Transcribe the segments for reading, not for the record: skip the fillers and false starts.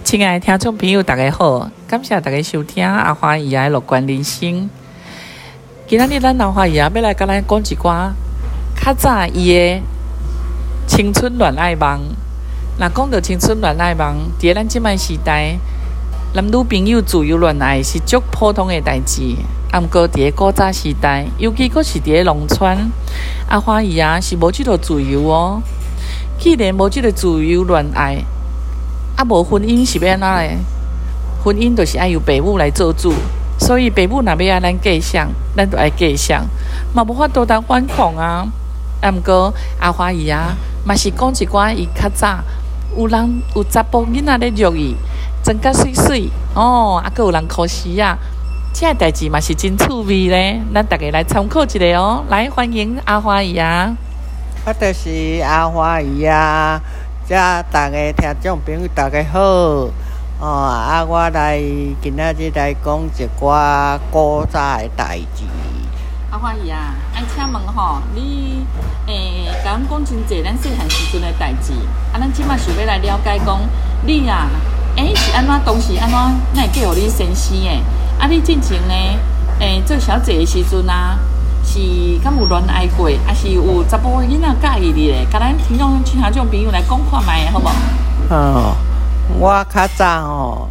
亲爱的听众朋友，大家好，感谢大家收听阿花姨的乐观人生。今仔日咱阿花姨要来甲咱讲一寡较早伊的青春恋爱梦。若讲到青春恋爱梦，伫咱即摆时代，男女朋友自由恋爱是足普通的代志。啊，毋过伫个古早时代，尤其阁是伫个农村，阿花姨是无即个自由哦。既然无即个自由恋爱，无婚姻是要安怎嘞？婚姻就是爱由爸母来做主，所以爸母若要咱嫁相，咱就爱嫁相，嘛无法度当反抗啊。啊，毋过阿花姨嘛是讲一寡伊较早有查甫囡仔咧约伊，装甲水水哦，啊，阁有人考试这代志嘛是真趣味咧。咱大家来参考一下哦。来，欢迎阿花姨我就是阿花姨遮大家听众朋友大家好，我来今仔日来讲一寡古早的代志。 阿花姨爱请问吼，你甲阮讲真济咱细汉时阵的代志，咱即摆想要来了解讲你是安怎当时安怎会嫁互你先生的？你之前呢做小姐的时阵是敢有恋爱过，还是有查甫囡仔介意你咧？甲咱听众朋友来讲看卖，好无？ 我较早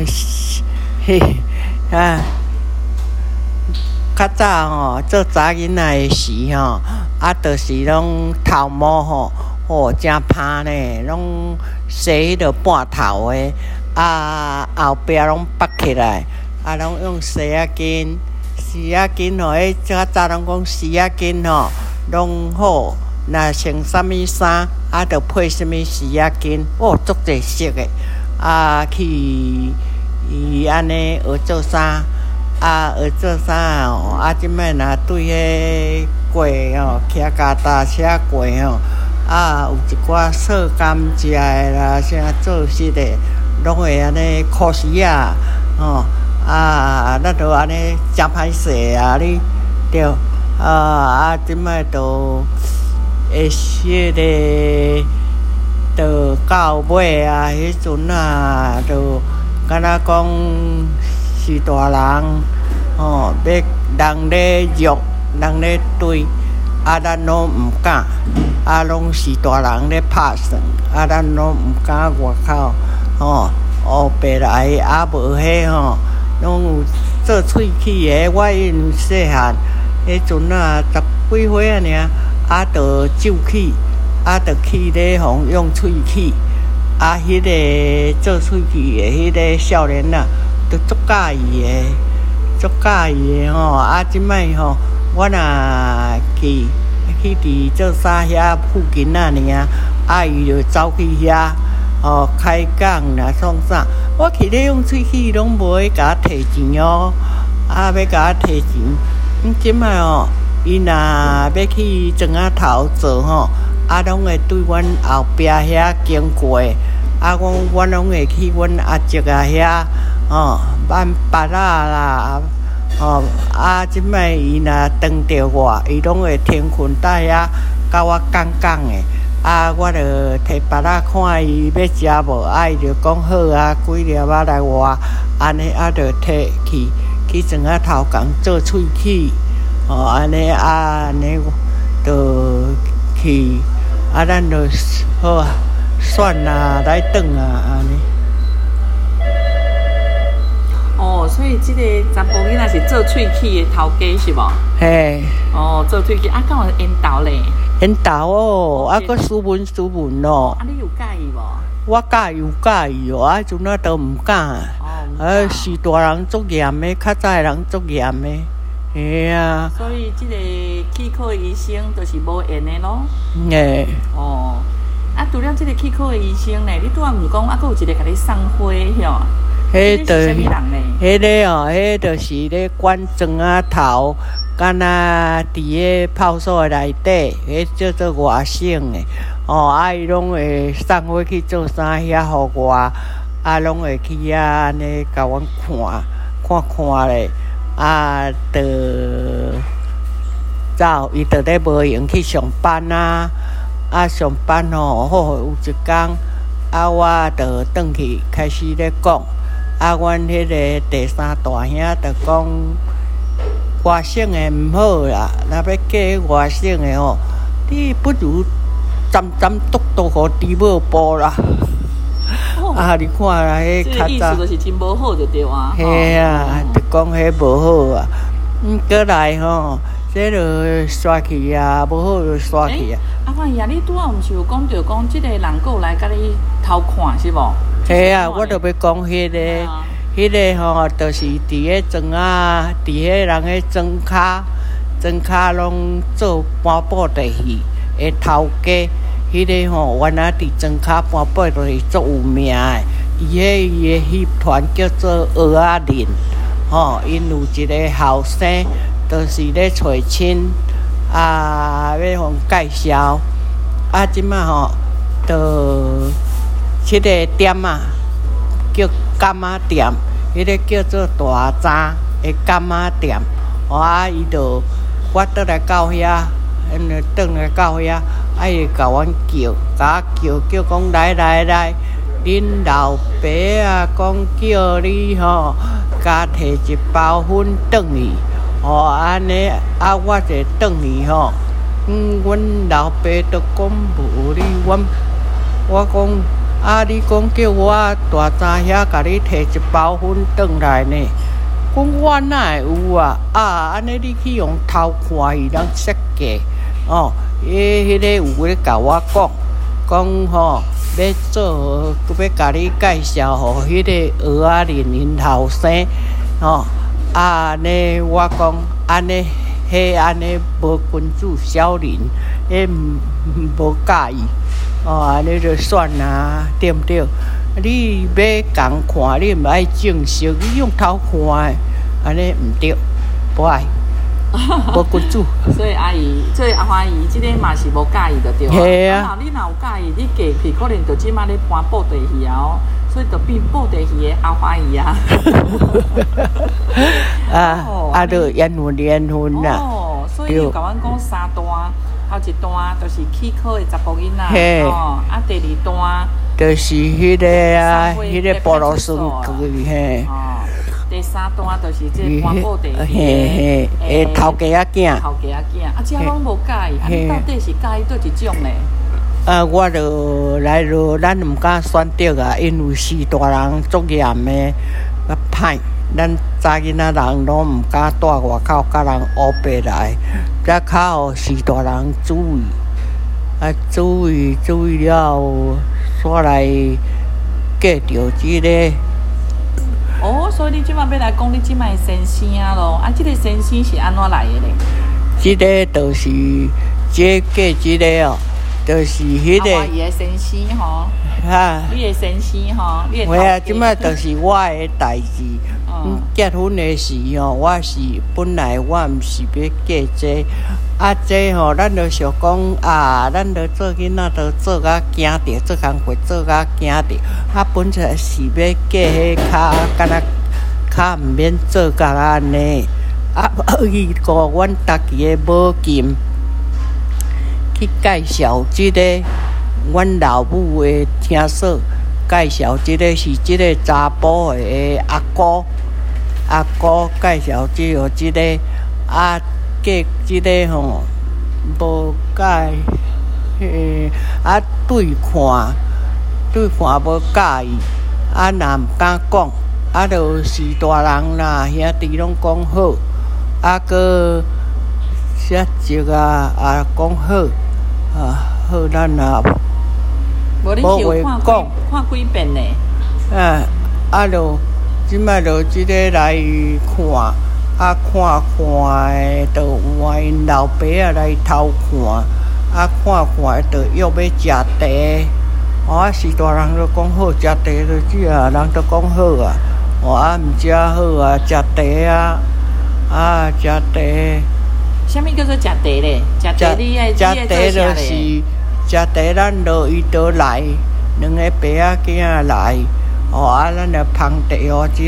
较早做查囡仔的时就是拢头毛真歹呢，拢洗迄个半头的，后壁拢绑起来，拢用洗仔巾。洗仔巾迄较早拢讲洗仔巾拢好，若穿啥物衫就配啥物洗仔巾，足侪色的。去安尼学做衫，学做衫即摆若对迄过骑脚踏车过有一寡做甘蔗的啦，啥做穑的，拢会安尼考试咱就安尼真歹势你对即摆就会迄个就到尾迄阵就敢若讲是大人要人咧约人咧追，咱拢毋敢，拢是大人咧拍算，咱拢毋敢外口黑白来，无迄拢有做喙齿的。我因细汉迄阵10几岁尔，就酒气，就去咧用喙齿，迄个做喙齿的迄个少年就足介意的，即摆我若去伫做啥遐附近伊就走去遐。开讲啦，创啥？我去咧用喙齿，拢无去甲我摕钱要甲我摕钱。即摆伊若要去庄仔头做拢会对阮后壁遐经过，我拢会去阮阿叔遐挽拔啦，即摆伊若撞着我，伊拢会天困在遐甲我讲的。我就摕拔看伊要食无，伊就讲好几粒来换，安尼就摕去庄仔头共做喙齿，安尼就去，咱就好算来转安尼。 所以即个查甫囡仔是做喙齿的头家是无？ 嘿。 做喙齿敢有缘投咧？ 缘投阁斯文你有介意无？ 我有介意阵都毋敢。是大人足严的，较早的人足严的。 所以即个气科的医生就是无缘的咯。除了即个气科的医生呢，你拄仔毋讲阁有一个甲你送花晓？迄是啥物人呢？ 迄就是咧管庄仔头。敢若伫个炮所内底，迄叫做外省的伊拢会送我去做衫遐互我，拢会去遐安尼甲阮看咧，就走，伊就咧无闲去上班上班有一工我就转去开始咧讲，阮迄个第三大兄就讲外省的毋好啦，若要嫁外省的吼，你不如站笃笃互猪母抱啦。你看啦，迄较早， 这意思就是真无好就对啊。 嘿啊，就讲迄无好啊。过来吼，这就刷去啊，无好就刷去啊。 看呀，你拄仔毋是有讲着讲，即个人过来甲你偷看是无？ 嘿啊，我就要讲迄个。迄个吼，就是伫个庄啊，伫个人个庄骹拢做搬布袋戏的头家。迄个吼，原来伫庄骹搬布就是足有名的。伊个戏团叫做蚵仔面，吼，因有一个后生，就是咧找亲要互介绍。即马吼，就迄个店啊，叫柑仔店。迄个叫做大渣的柑仔店，伊就我倒来到遐，转来到遐，伊就甲阮叫讲来，恁老爸啊，讲叫你吼，加摕一包粉转去，安尼我就转去吼，阮老爸就讲无你，我讲。你讲叫我大早遐甲你摕一包粉转来呢？讲我哪会有啊？安尼你去用偷看伊人设计迄个有咧甲我讲吼，要做要甲你介绍互迄个蚵仔面因后生安尼我讲安尼安尼无君子小人，无介意。安尼就算啦，对不对？你要共看，你毋爱正式，你用偷看的，安尼毋对，不爱，无君子。 所以阿花姨，即个嘛是无介意的对。 嘿啊！ 你若有介意，你嫁去可能就即马咧搬布袋戏啊，所以就变布袋戏的阿花姨啊。 就缘分啦。 所以你甲阮讲三段。头一段就是起考的查甫囡仔，第二段就是迄个迄个菠萝孙去嘿。 第三段就是这搬布袋戏头家仔囝。 这拢无介意，你到底是介意倒一种咧？ 我就来咯，咱毋敢选择啊，因为四大人作严的，歹。咱查囡仔人拢毋敢带外口，甲人乌白来，才靠四大人注意，注意了，煞来嫁着即个。 所以你即摆要来讲你即摆先生咯？即个先生是安怎来的咧？ 即个就是嫁即个就是迄个。 伊的先生吼。你的先生吼，你的头家。 即摆就是我的代志。结婚的时我是本来我毋是要嫁这，这咱就想讲咱就做囡仔，就做甲惊着，做工课做甲惊着。本来是要嫁迄敢若较毋免做甲安尼。伊讲阮家己的母亲去介绍即个阮老母的听说，介绍即个是即个查甫的阿姑介绍即个嫁即个吼无介对看无介意，若毋敢讲，就四大人啦兄弟拢讲好，搁写一个讲好，好咱无你是有看几遍呢？ 就即摆就即个来看，看的，就换因老爸来偷看，看就约要食茶。四大人都讲好，食茶就这人都讲好毋食好食茶食茶。 啥物叫做食茶咧？食茶你爱做啥咧？ 食茶咱就伊倒来，两个爸仔囝来，咱就烹茶好食，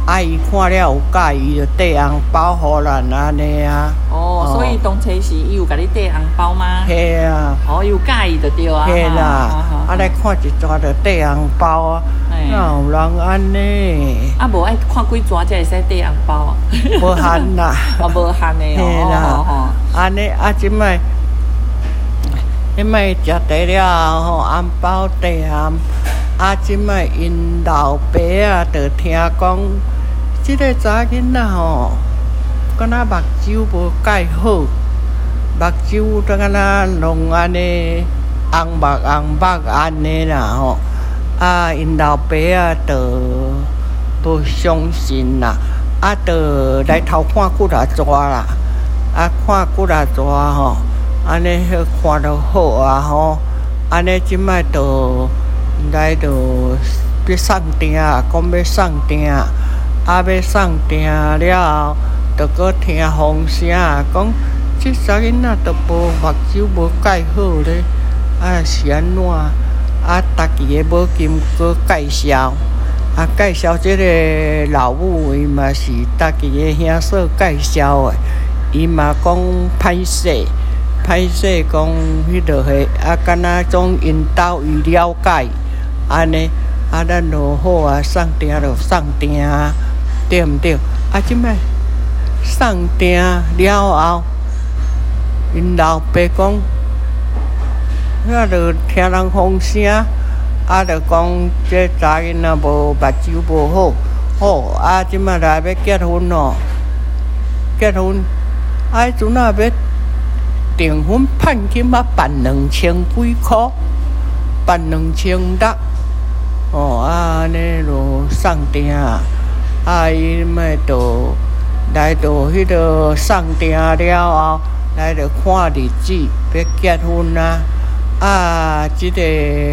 阿姨看了有介意，就递红包互咱安尼啊。 哦，所以当初是伊有甲你递红包吗？ 嘿啊。 哦，有介意就对啊。 嘿啦，啊来看一抓就递红包啊，哪有人安尼？ 啊，无爱看几抓才会使递红包啊？ 无限啦。 哦，无限的哦。 嘿啦，安尼啊，即摆，即摆食茶了吼，红包递红。啊，即摆因老爸啊，就听讲，即个查囡仔吼，敢若目睭无介好，目睭都敢若弄安尼红目安尼啦吼。啊，因老爸啊，就无相信啦，啊，就来偷看骨头抓啦，啊，看骨头抓吼，安尼迄看着好啊吼，安尼即摆就。来就要送订，讲要送订，啊要送订了后，就搁听风声，讲即查囡仔都无目睭无介好咧，啊是安怎？啊，家己的母亲搁介绍，啊介绍即个老母，伊嘛是家己的兄嫂介绍的，伊嘛讲歹势。歹势讲迄落个啊，敢若种因兜伊了解，安尼啊，咱就好啊，送订就送订，对毋对？啊，即摆送订了后，因老爸讲，遐就听人风声，啊，就讲这查囡仔无目睭无好，好啊，即摆来要结婚咯，结婚，啊，迄阵啊要。订婚判金啊，办2000几箍，办2600，哦啊，安尼就送订，啊，伊咪就来到迄个送订了后，来就看日子，要结婚啊，啊，即个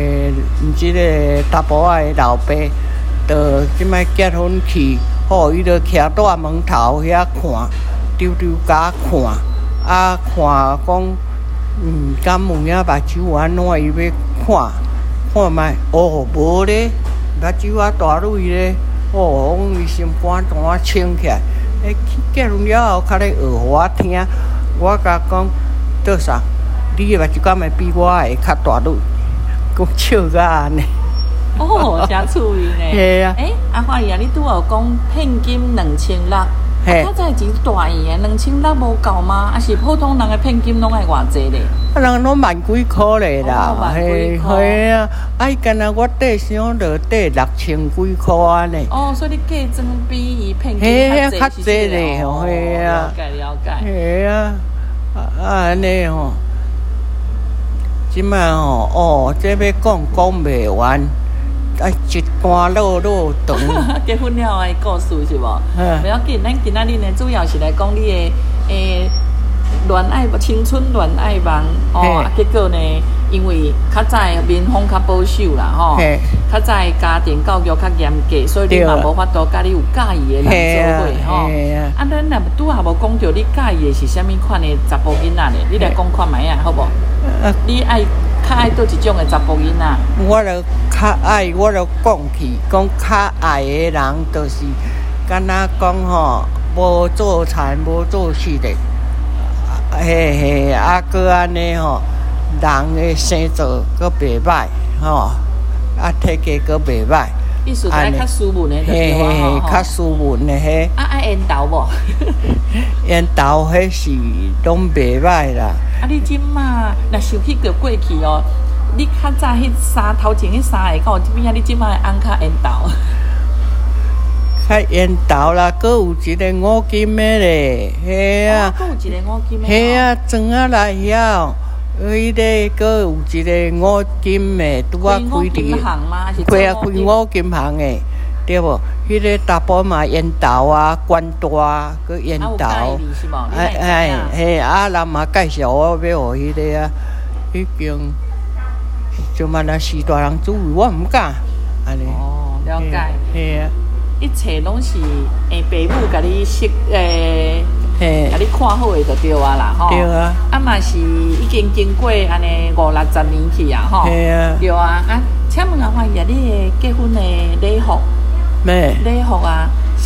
查甫仔的老爸，就即摆结婚去，吼，伊就徛在门头遐看，丢甲看。啊，看讲，敢有影目睭安怎？伊要看卖，哦，无咧，目睭啊大蕊咧，哦，讲伊心肝单清起来。结婚了后，较咧学我听，我甲讲，做啥？你的目睭敢会比我的较大蕊？讲笑甲安尼。 哦，真趣味呢。 系啊。 阿花姨啊，你拄有讲现金2600。较早钱大圆的2600无够吗？还是普通人的现金拢爱偌济咧？ 啊，人拢万几箍咧啦，嘿啊！啊，伊干那我缀箱就缀6000几箍安尼。 哦，所以你计算比伊现金较济咧，嘿啊！ 了解。 嘿啊！安尼吼，即摆吼，哦，这要讲袂完。啊，一段路长。 结婚了后的故事是无？不要紧，咱今仔日呢，主要是来讲你的恋爱青春恋爱梦哦。结果呢，因为较早民风较保守啦，吼，较早家庭教育较严格，所以你嘛无法度甲你有介意的人做伙吼。啊，咱若拄也无讲着你介意的是啥物款的查甫囡仔咧？你来讲看卖啊，好无？你爱。较爱倒一种的查甫囡仔？ 我就较爱，我就讲去，讲较爱的人，就是敢若讲吼，无做田无做事的，嘿，啊，搁安尼吼，人的生做搁袂歹，吼，啊，体格搁袂歹。 意思爱较斯文的就对啊， 较斯文的嘿。 啊，爱烟头无？ 烟头迄是拢袂歹啦。 啊，你即马若想起个过去哦，你较早迄衫头前迄衫下到边啊？你即马红较烟头？ 较烟头啦，搁有一个五金的咧，嘿啊。 搁有一个五金的。 嘿啊，庄仔来遐。迄个搁有一个五金的，拄啊开伫，开五金行的，对无？迄个大波嘛烟头啊，关大搁烟头，嘿，啊人嘛介绍我要互迄个啊，已经就嘛那是大人主意，我毋敢，安尼。 哦，了解。 嘿啊， 一切拢是爸母甲你甲你看好的就对啊啦，吼。 对啊。 啊嘛是已经经过安尼50-60年去啊，吼。 对啊。 对啊，啊，请问阿花爷，你的结婚的礼服？ 咩？ 礼服啊，是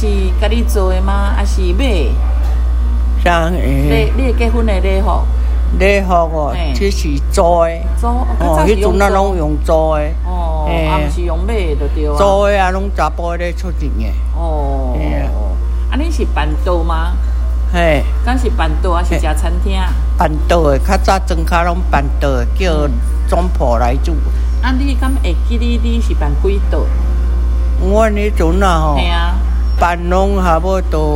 是家己做的吗？还是买？ 像你结婚的礼服？ 礼服哦，这是做的。 哦， 迄阵咱拢用做的。 哦，毋是用买的就对啊。 做的啊，拢查甫咧出钱的。 哦。啊，你是办桌吗？ 嘿。 敢是办桌还是食餐厅？ 办桌的，较早庄脚拢办桌的，叫总铺来煮。 啊，你敢会记你是办几桌？ 我迄阵啊吼，办拢差不多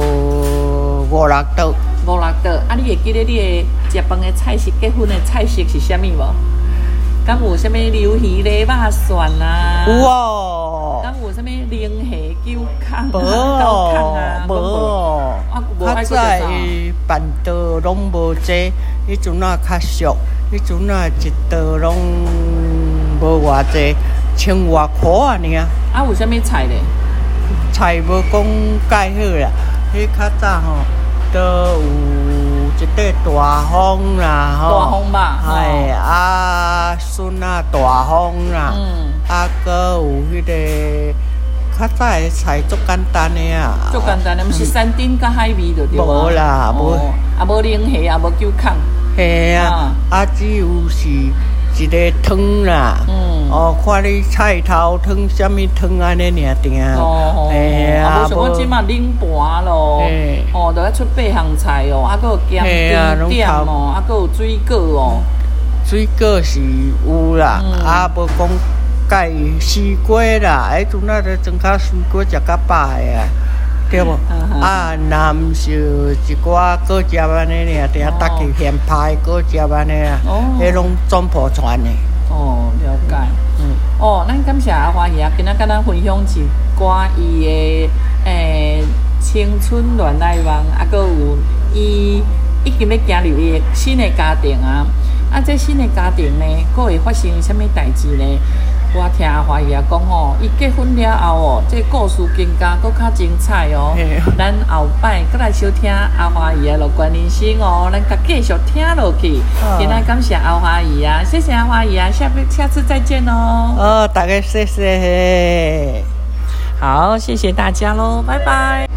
5、6桌。 5、6桌，啊，你会记得你的食饭的菜式、结婚的菜式是啥物无？敢有啥物鱿鱼嘞、肉蒜啊？ 有哦。 敢有啥物零虾、九孔、 无哦，无哦。较早办桌拢无济，迄阵啊较俗，迄阵啊一桌拢无偌济，1000外块啊尔。 啊，有啥物菜咧？ 菜无讲介好啦，迄较早吼。都有一块大方啦，吼， 大方吧， 哎啊，笋啊大方啦，啊，搁有迄个较早的菜足简单的啊， 足简单的，毋是山顶甲海味就对啊。 无啦，无， 啊无零虾，也无九孔。 嘿啊，啊只有是一个汤啦，看你菜头汤、什么汤安尼尔定。 嘿啊，无像我即马冷盘咯，就要出8项菜哦，啊，搁有咸甜点哦，啊，搁有水果哦。 水果是有啦，啊，无讲介西瓜啦，迄阵啊，就装较西瓜食较饱的啊，对无？啊，若毋是一寡果汁安尼尔，定搭起现拍果汁安尼啊，迄拢总铺传的。 哦，了解。咱感谢阿花姨啊，今仔甲咱分享一寡伊的青春恋爱梦，啊，搁有伊已经要行入伊的新的家庭啊。啊，这新的家庭呢，搁会发生啥物代志呢？我听阿花姨啊讲吼，伊结婚了后哦，这故事更加搁较精彩哦。咱后摆搁来收听阿花姨的乐观人生哦，咱甲继续听落去。今仔感谢阿花姨啊，谢谢阿花姨啊，下次再见哦。 大家谢谢。 好，谢谢大家喽，拜拜。